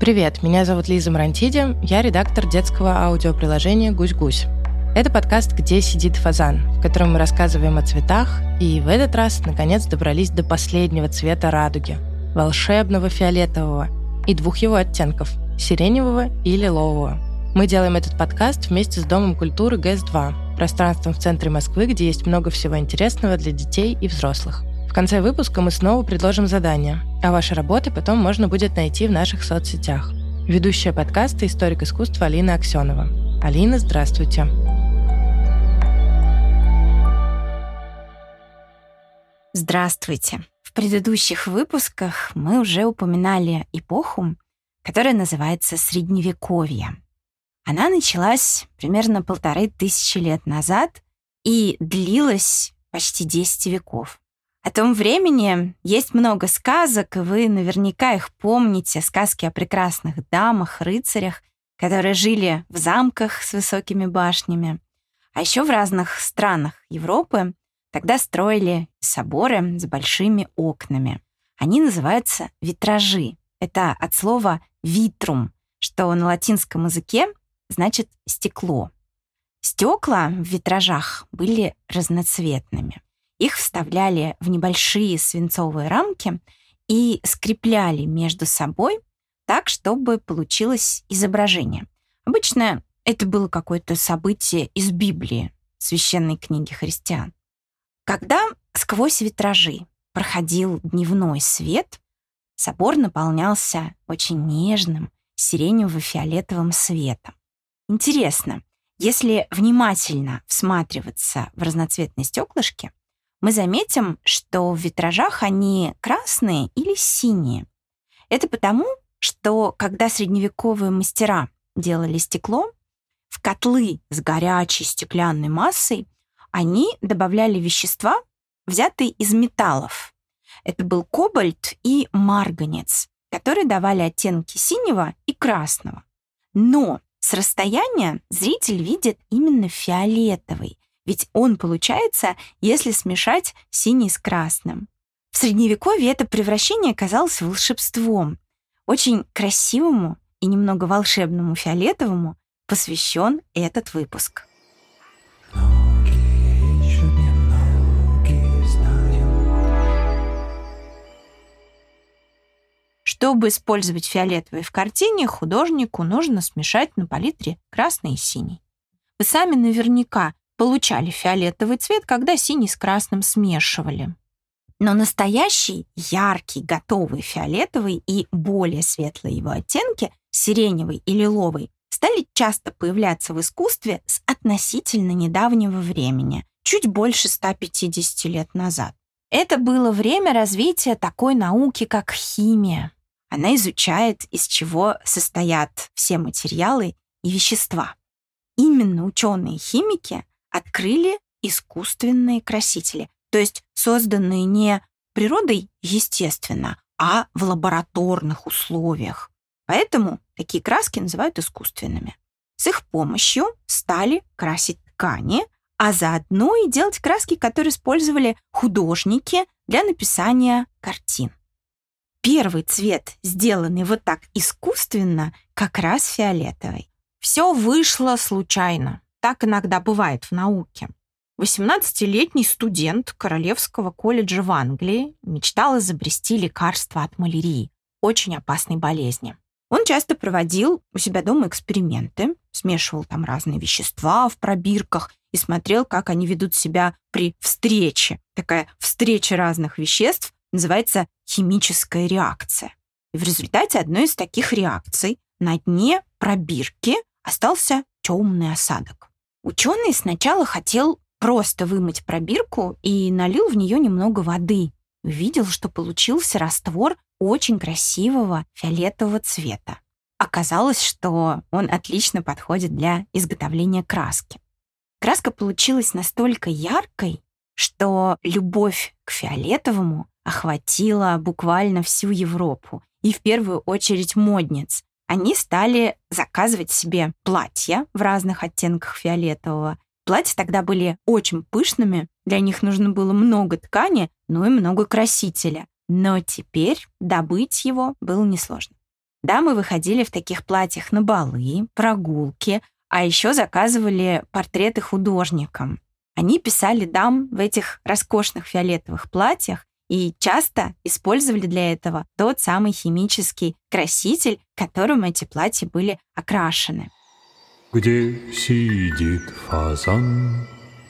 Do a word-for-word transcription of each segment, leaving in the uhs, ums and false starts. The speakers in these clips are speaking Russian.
Привет, меня зовут Лиза Марантиди, я редактор детского аудиоприложения «Гусь-гусь». Это подкаст «Где сидит фазан», в котором мы рассказываем о цветах, и в этот раз, наконец, добрались до последнего цвета радуги – волшебного фиолетового, и двух его оттенков – сиреневого и лилового. Мы делаем этот подкаст вместе с Домом культуры ГЭС два, пространством в центре Москвы, где есть много всего интересного для детей и взрослых. В конце выпуска мы снова предложим задание, а ваши работы потом можно будет найти в наших соцсетях. Ведущая подкаста – историк искусства Алина Аксенова. Алина, здравствуйте. Здравствуйте. В предыдущих выпусках мы уже упоминали эпоху, которая называется Средневековье. Она началась примерно полторы тысячи лет назад и длилась почти десять веков. О том времени есть много сказок, и вы наверняка их помните. Сказки о прекрасных дамах, рыцарях, которые жили в замках с высокими башнями. А еще в разных странах Европы тогда строили соборы с большими окнами. Они называются витражи. Это от слова «витрум», что на латинском языке значит «стекло». Стекла в витражах были разноцветными. Их вставляли в небольшие свинцовые рамки и скрепляли между собой так, чтобы получилось изображение. Обычно это было какое-то событие из Библии, священной книги христиан. Когда сквозь витражи проходил дневной свет, собор наполнялся очень нежным сиренево-фиолетовым светом. Интересно, если внимательно всматриваться в разноцветные стеклышки, мы заметим, что в витражах они красные или синие. Это потому, что когда средневековые мастера делали стекло, в котлы с горячей стеклянной массой они добавляли вещества, взятые из металлов. Это был кобальт и марганец, которые давали оттенки синего и красного. Но с расстояния зритель видит именно фиолетовый, ведь он получается, если смешать синий с красным. В Средневековье это превращение казалось волшебством. Очень красивому и немного волшебному фиолетовому посвящен этот выпуск. Чтобы использовать фиолетовый в картине, художнику нужно смешать на палитре красный и синий. Вы сами наверняка получали фиолетовый цвет, когда синий с красным смешивали. Но настоящий, яркий, готовый фиолетовый и более светлые его оттенки, сиреневый и лиловый, стали часто появляться в искусстве с относительно недавнего времени, чуть больше ста пятидесяти лет назад. Это было время развития такой науки, как химия. Она изучает, из чего состоят все материалы и вещества. Именно ученые-химики открыли искусственные красители, то есть созданные не природой естественно, а в лабораторных условиях. Поэтому такие краски называют искусственными. С их помощью стали красить ткани, а заодно и делать краски, которые использовали художники для написания картин. Первый цвет, сделанный вот так искусственно, как раз фиолетовый. Все вышло случайно. Так иногда бывает в науке. восемнадцатилетний студент Королевского колледжа в Англии мечтал изобрести лекарство от малярии, очень опасной болезни. Он часто проводил у себя дома эксперименты, смешивал там разные вещества в пробирках и смотрел, как они ведут себя при встрече. Такая встреча разных веществ называется химическая реакция. И в результате одной из таких реакций на дне пробирки остался темный осадок. Ученый сначала хотел просто вымыть пробирку и налил в нее немного воды. Увидел, что получился раствор очень красивого фиолетового цвета. Оказалось, что он отлично подходит для изготовления краски. Краска получилась настолько яркой, что любовь к фиолетовому охватила буквально всю Европу, и в первую очередь модниц. Они стали заказывать себе платья в разных оттенках фиолетового. Платья тогда были очень пышными, для них нужно было много ткани, ну и много красителя. Но теперь добыть его было несложно. Дамы выходили в таких платьях на балы, прогулки, а еще заказывали портреты художникам. Они писали дам в этих роскошных фиолетовых платьях и часто использовали для этого тот самый химический краситель, которым эти платья были окрашены. Где сидит фазан?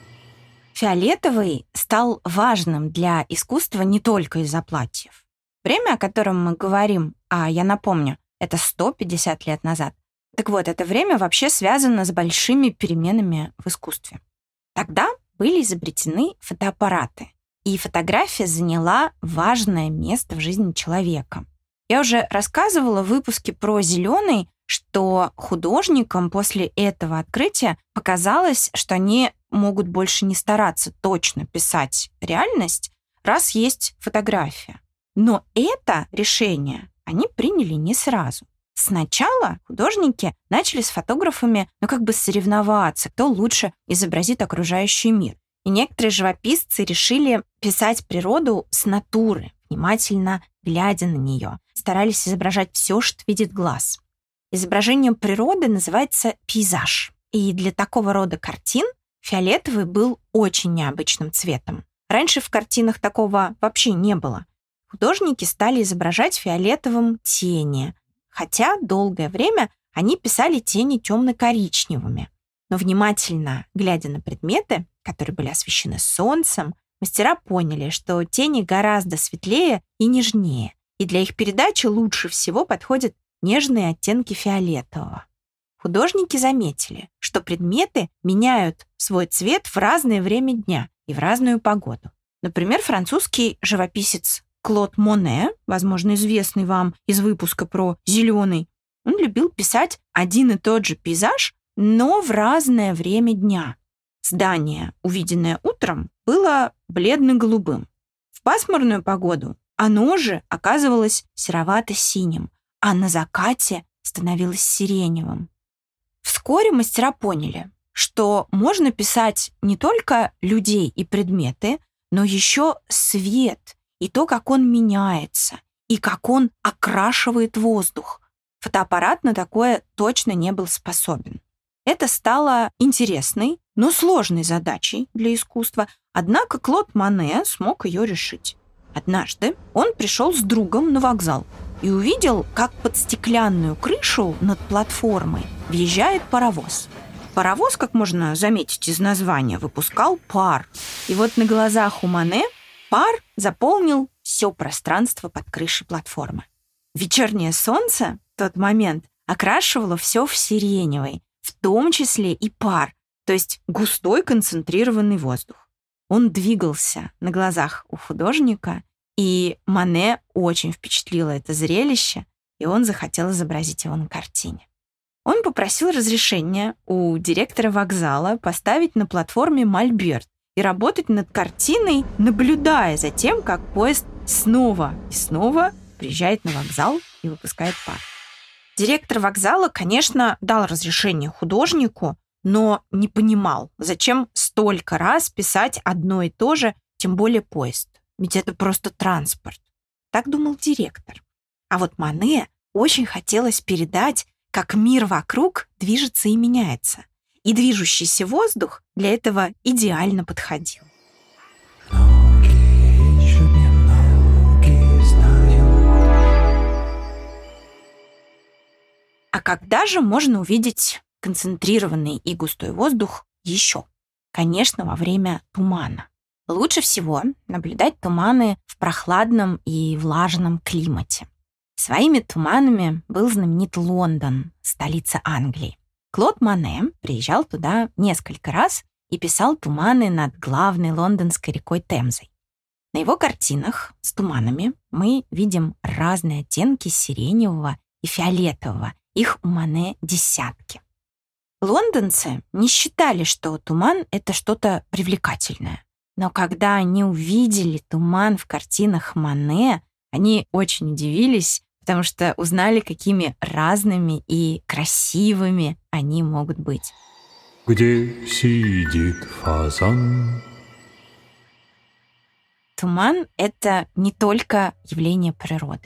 Фиолетовый стал важным для искусства не только из-за платьев. Время, о котором мы говорим, а я напомню, это сто пятьдесят лет назад. Так вот, это время вообще связано с большими переменами в искусстве. Тогда были изобретены фотоаппараты, и фотография заняла важное место в жизни человека. Я уже рассказывала в выпуске про зеленый, что художникам после этого открытия показалось, что они могут больше не стараться точно писать реальность, раз есть фотография. Но это решение они приняли не сразу. Сначала художники начали с фотографами, ну, как бы соревноваться, кто лучше изобразит окружающий мир. И некоторые живописцы решили писать природу с натуры, внимательно глядя на нее. Старались изображать все, что видит глаз. Изображение природы называется пейзаж. И для такого рода картин фиолетовый был очень необычным цветом. Раньше в картинах такого вообще не было. Художники стали изображать фиолетовым тени, хотя долгое время они писали тени темно-коричневыми. Но внимательно глядя на предметы, которые были освещены солнцем, мастера поняли, что тени гораздо светлее и нежнее, и для их передачи лучше всего подходят нежные оттенки фиолетового. Художники заметили, что предметы меняют свой цвет в разное время дня и в разную погоду. Например, французский живописец Клод Моне, возможно, известный вам из выпуска про зеленый, он любил писать один и тот же пейзаж, но в разное время дня. Здание, увиденное утром, было бледно-голубым. В пасмурную погоду оно же оказывалось серовато-синим, а на закате становилось сиреневым. Вскоре мастера поняли, что можно писать не только людей и предметы, но еще свет и то, как он меняется, и как он окрашивает воздух. Фотоаппарат на такое точно не был способен. Это стало интересной, но сложной задачей для искусства, однако Клод Моне смог ее решить. Однажды он пришел с другом на вокзал и увидел, как под стеклянную крышу над платформой въезжает паровоз. Паровоз, как можно заметить из названия, выпускал пар. И вот на глазах у Моне пар заполнил все пространство под крышей платформы. Вечернее солнце в тот момент окрашивало все в сиреневый, в том числе и пар, то есть густой концентрированный воздух. Он двигался на глазах у художника, и Моне очень впечатлило это зрелище, и он захотел изобразить его на картине. Он попросил разрешения у директора вокзала поставить на платформе мольберт и работать над картиной, наблюдая за тем, как поезд снова и снова приезжает на вокзал и выпускает пар. Директор вокзала, конечно, дал разрешение художнику, но не понимал, зачем столько раз писать одно и то же, тем более поезд. Ведь это просто транспорт. Так думал директор. А вот Моне очень хотелось передать, как мир вокруг движется и меняется. И движущийся воздух для этого идеально подходил. А когда же можно увидеть концентрированный и густой воздух еще? Конечно, во время тумана. Лучше всего наблюдать туманы в прохладном и влажном климате. Своими туманами был знаменит Лондон, столица Англии. Клод Моне приезжал туда несколько раз и писал туманы над главной лондонской рекой Темзой. На его картинах с туманами мы видим разные оттенки сиреневого и фиолетового. Их у Моне десятки. Лондонцы не считали, что туман — это что-то привлекательное. Но когда они увидели туман в картинах Моне, они очень удивились, потому что узнали, какими разными и красивыми они могут быть. Где сидит фазан? Туман — это не только явление природы.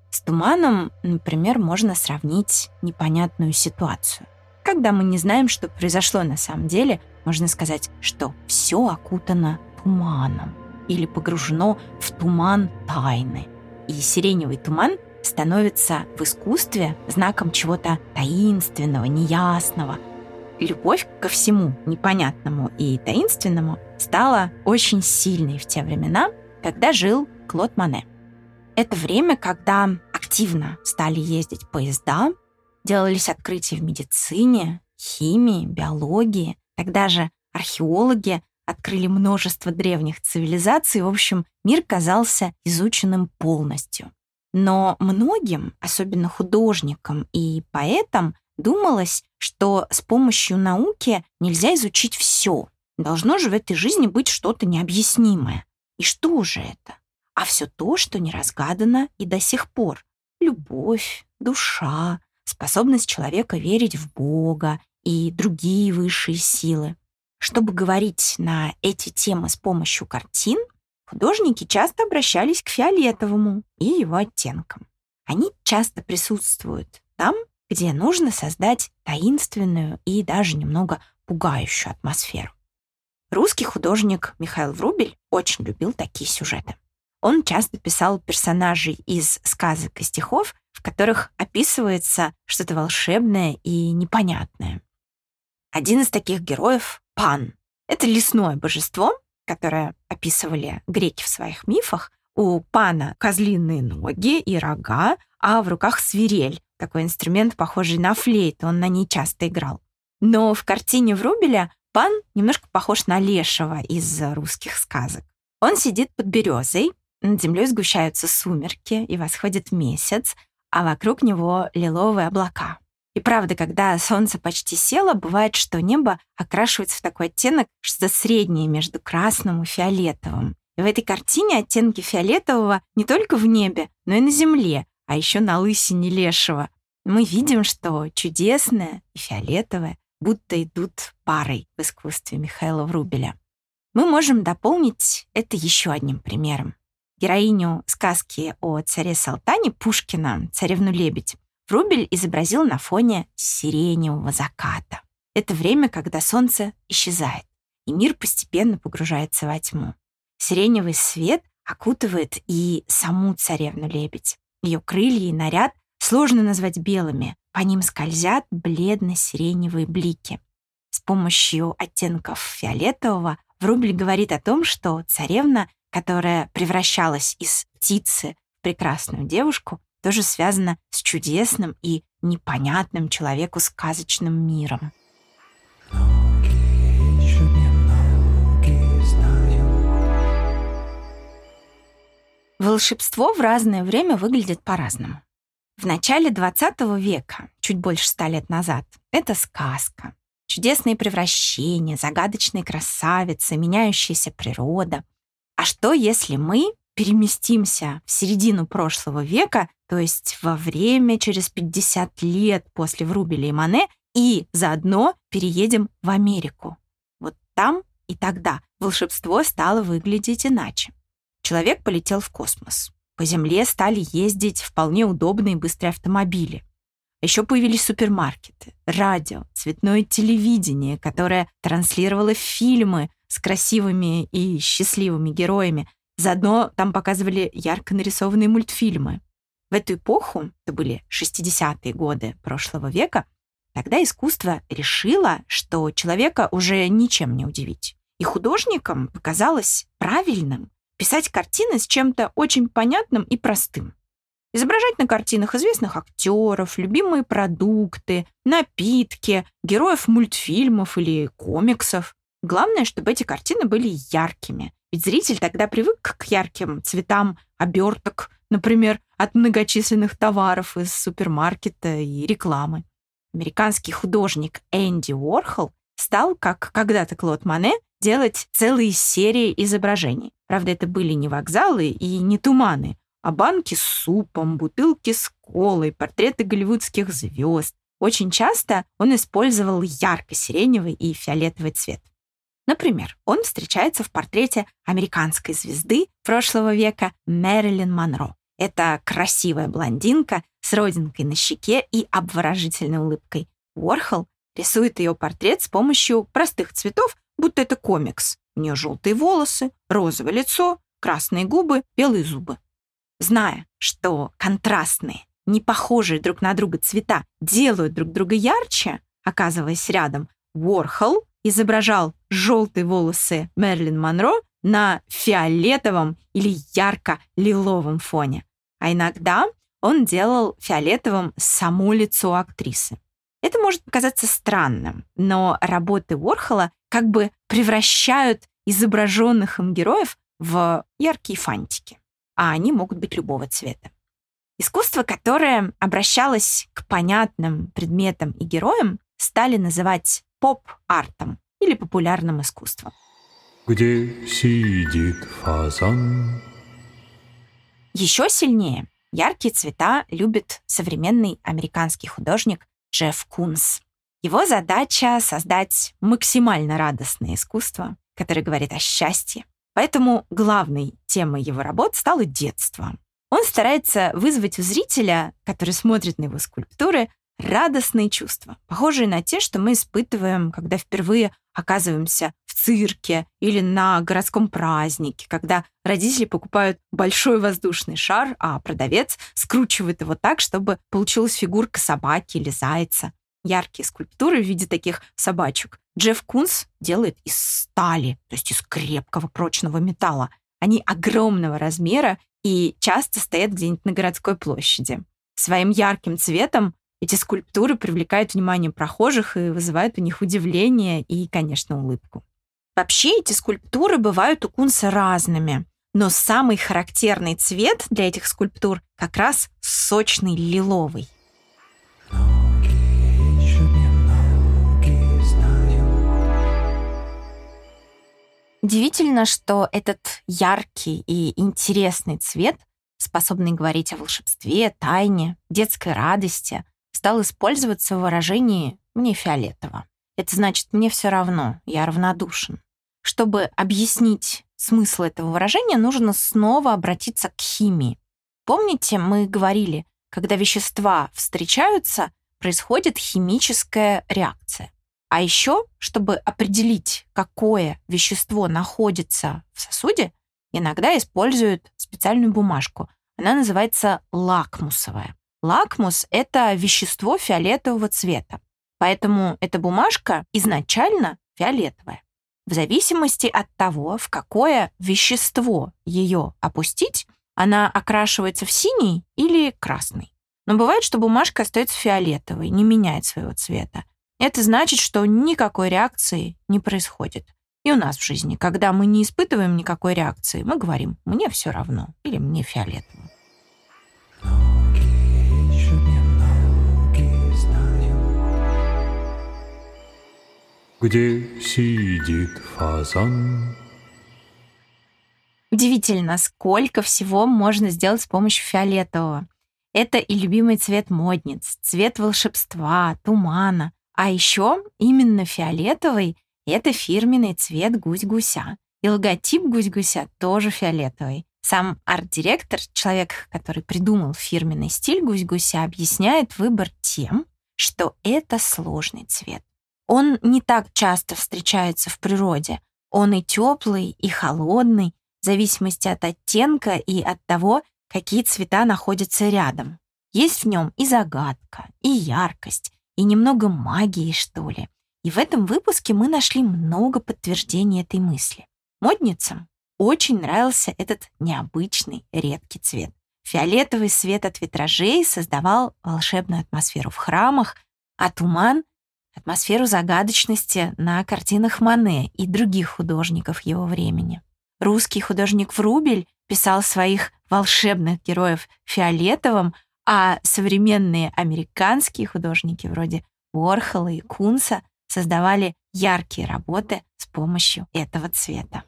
С туманом, например, можно сравнить непонятную ситуацию. Когда мы не знаем, что произошло на самом деле, можно сказать, что все окутано туманом или погружено в туман тайны. И сиреневый туман становится в искусстве знаком чего-то таинственного, неясного. Любовь ко всему непонятному и таинственному стала очень сильной в те времена, когда жил Клод Моне. Это время, когда активно стали ездить поезда, делались открытия в медицине, химии, биологии. Тогда же археологи открыли множество древних цивилизаций. В общем, мир казался изученным полностью. Но многим, особенно художникам и поэтам, думалось, что с помощью науки нельзя изучить все. Должно же в этой жизни быть что-то необъяснимое. И что же это? А все то, что не разгадано и до сих пор. Любовь, душа, способность человека верить в Бога и другие высшие силы. Чтобы говорить на эти темы с помощью картин, художники часто обращались к фиолетовому и его оттенкам. Они часто присутствуют там, где нужно создать таинственную и даже немного пугающую атмосферу. Русский художник Михаил Врубель очень любил такие сюжеты. Он часто писал персонажей из сказок и стихов, в которых описывается что-то волшебное и непонятное. Один из таких героев — Пан. Это лесное божество, которое описывали греки в своих мифах. У Пана козлиные ноги и рога, а в руках свирель, такой инструмент, похожий на флейту, он на ней часто играл. Но в картине Врубеля Пан немножко похож на лешего из русских сказок. Он сидит под березой, над землей сгущаются сумерки и восходит месяц, а вокруг него лиловые облака. И правда, когда солнце почти село, бывает, что небо окрашивается в такой оттенок, что-то среднее между красным и фиолетовым. И в этой картине оттенки фиолетового не только в небе, но и на земле, а еще на лысине лешего. Мы видим, что чудесное и фиолетовое будто идут парой в искусстве Михаила Врубеля. Мы можем дополнить это еще одним примером. Героиню сказки о царе Салтане Пушкина, царевну-лебедь, Врубель изобразил на фоне сиреневого заката. Это время, когда солнце исчезает, и мир постепенно погружается во тьму. Сиреневый свет окутывает и саму царевну-лебедь. Ее крылья и наряд сложно назвать белыми, по ним скользят бледно-сиреневые блики. С помощью оттенков фиолетового Врубель говорит о том, что царевна, которая превращалась из птицы в прекрасную девушку, тоже связана с чудесным и непонятным человеку сказочным миром. Волшебство в разное время выглядит по-разному. В начале двадцатого века, чуть больше ста лет назад, это сказка. Чудесные превращения, загадочные красавицы, меняющаяся природа. А что, если мы переместимся в середину прошлого века, то есть во время через пятьдесят лет после Врубеля и Моне, и заодно переедем в Америку? Вот там и тогда волшебство стало выглядеть иначе. Человек полетел в космос. По Земле стали ездить вполне удобные и быстрые автомобили. Еще появились супермаркеты, радио, цветное телевидение, которое транслировало фильмы с красивыми и счастливыми героями. Заодно там показывали ярко нарисованные мультфильмы. В эту эпоху, это были шестидесятые годы прошлого века, тогда искусство решило, что человека уже ничем не удивить. И художникам показалось правильным писать картины с чем-то очень понятным и простым. Изображать на картинах известных актеров, любимые продукты, напитки, героев мультфильмов или комиксов. Главное, чтобы эти картины были яркими. Ведь зритель тогда привык к ярким цветам оберток, например, от многочисленных товаров из супермаркета и рекламы. Американский художник Энди Уорхол стал, как когда-то Клод Моне, делать целые серии изображений. Правда, это были не вокзалы и не туманы, а банки с супом, бутылки с колой, портреты голливудских звезд. Очень часто он использовал ярко-сиреневый и фиолетовый цвет. Например, он встречается в портрете американской звезды прошлого века Мэрилин Монро. Это красивая блондинка с родинкой на щеке и обворожительной улыбкой. Уорхол рисует ее портрет с помощью простых цветов, будто это комикс. У нее желтые волосы, розовое лицо, красные губы, белые зубы. Зная, что контрастные, не похожие друг на друга цвета делают друг друга ярче, оказываясь рядом, Уорхол изображал желтые волосы Мэрилин Монро на фиолетовом или ярко-лиловом фоне. А иногда он делал фиолетовым само лицо актрисы. Это может показаться странным, но работы Уорхола как бы превращают изображенных им героев в яркие фантики, а они могут быть любого цвета. Искусство, которое обращалось к понятным предметам и героям, стали называть поп-артом или популярным искусством. Где сидит фазан? Еще сильнее яркие цвета любит современный американский художник Джефф Кунс. Его задача — создать максимально радостное искусство, которое говорит о счастье. Поэтому главной темой его работ стало детство. Он старается вызвать у зрителя, который смотрит на его скульптуры, радостные чувства, похожие на те, что мы испытываем, когда впервые оказываемся в цирке или на городском празднике, когда родители покупают большой воздушный шар, а продавец скручивает его так, чтобы получилась фигурка собаки или зайца. Яркие скульптуры в виде таких собачек Джефф Кунс делает из стали, то есть из крепкого прочного металла. Они огромного размера и часто стоят где-нибудь на городской площади. Своим ярким цветом эти скульптуры привлекают внимание прохожих и вызывают у них удивление и, конечно, улыбку. Вообще эти скульптуры бывают у Кунса разными, но самый характерный цвет для этих скульптур как раз сочный лиловый. Удивительно, что этот яркий и интересный цвет, способный говорить о волшебстве, тайне, детской радости, стал использоваться в выражении «мне фиолетово». Это значит «мне все равно, я равнодушен». Чтобы объяснить смысл этого выражения, нужно снова обратиться к химии. Помните, мы говорили, когда вещества встречаются, происходит химическая реакция. А еще, чтобы определить, какое вещество находится в сосуде, иногда используют специальную бумажку. Она называется лакмусовая. Лакмус — это вещество фиолетового цвета, поэтому эта бумажка изначально фиолетовая. В зависимости от того, в какое вещество ее опустить, она окрашивается в синий или красный. Но бывает, что бумажка остается фиолетовой, не меняет своего цвета. Это значит, что никакой реакции не происходит. И у нас в жизни, когда мы не испытываем никакой реакции, мы говорим «мне все равно» или «мне фиолетово». Где сидит фазан? Удивительно, сколько всего можно сделать с помощью фиолетового. Это и любимый цвет модниц, цвет волшебства, тумана. А еще именно фиолетовый — это фирменный цвет гусь-гуся. И логотип гусь-гуся тоже фиолетовый. Сам арт-директор, человек, который придумал фирменный стиль гусь-гуся, объясняет выбор тем, что это сложный цвет. Он не так часто встречается в природе. Он и теплый, и холодный, в зависимости от оттенка и от того, какие цвета находятся рядом. Есть в нем и загадка, и яркость, и немного магии, что ли. И в этом выпуске мы нашли много подтверждений этой мысли. Модницам очень нравился этот необычный, редкий цвет. Фиолетовый свет от витражей создавал волшебную атмосферу в храмах, а туман — атмосферу загадочности на картинах Мане и других художников его времени. Русский художник Врубель писал своих волшебных героев фиолетовым, а современные американские художники вроде Уорхола и Кунса создавали яркие работы с помощью этого цвета.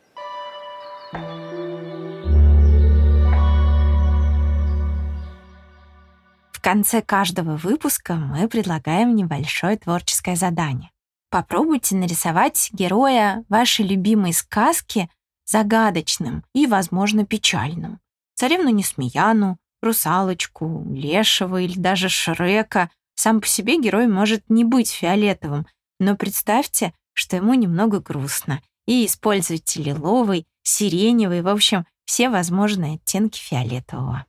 В конце каждого выпуска мы предлагаем небольшое творческое задание. Попробуйте нарисовать героя вашей любимой сказки загадочным и, возможно, печальным. Царевну Несмеяну, Русалочку, Лешего или даже Шрека. Сам по себе герой может не быть фиолетовым, но представьте, что ему немного грустно, и используйте лиловый, сиреневый, в общем, все возможные оттенки фиолетового.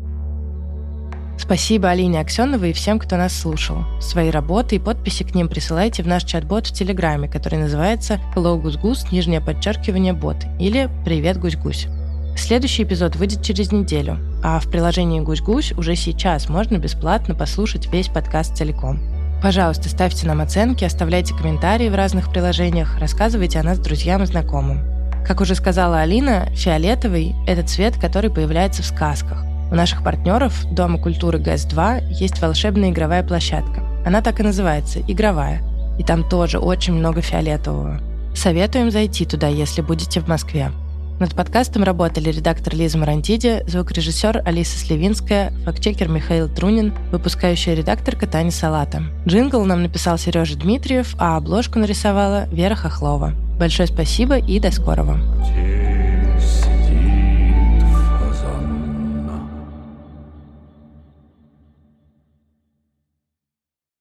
Спасибо Алине Аксеновой и всем, кто нас слушал. Свои работы и подписи к ним присылайте в наш чат-бот в Телеграме, который называется Hello Гусь-Гусь, нижнее подчеркивание, бот, или Привет, Гусь-Гусь. Следующий эпизод выйдет через неделю, а в приложении Гусь-Гусь уже сейчас можно бесплатно послушать весь подкаст целиком. Пожалуйста, ставьте нам оценки, оставляйте комментарии в разных приложениях, рассказывайте о нас друзьям и знакомым. Как уже сказала Алина, фиолетовый – это цвет, который появляется в сказках. У наших партнеров Дома культуры ГЭС два есть волшебная игровая площадка. Она так и называется – игровая. И там тоже очень много фиолетового. Советуем зайти туда, если будете в Москве. Над подкастом работали редактор Лиза Марантиди, звукорежиссер Алиса Сливинская, фактчекер Михаил Трунин, выпускающая редакторка Таня Салата. Джингл нам написал Сережа Дмитриев, а обложку нарисовала Вера Хохлова. Большое спасибо и до скорого.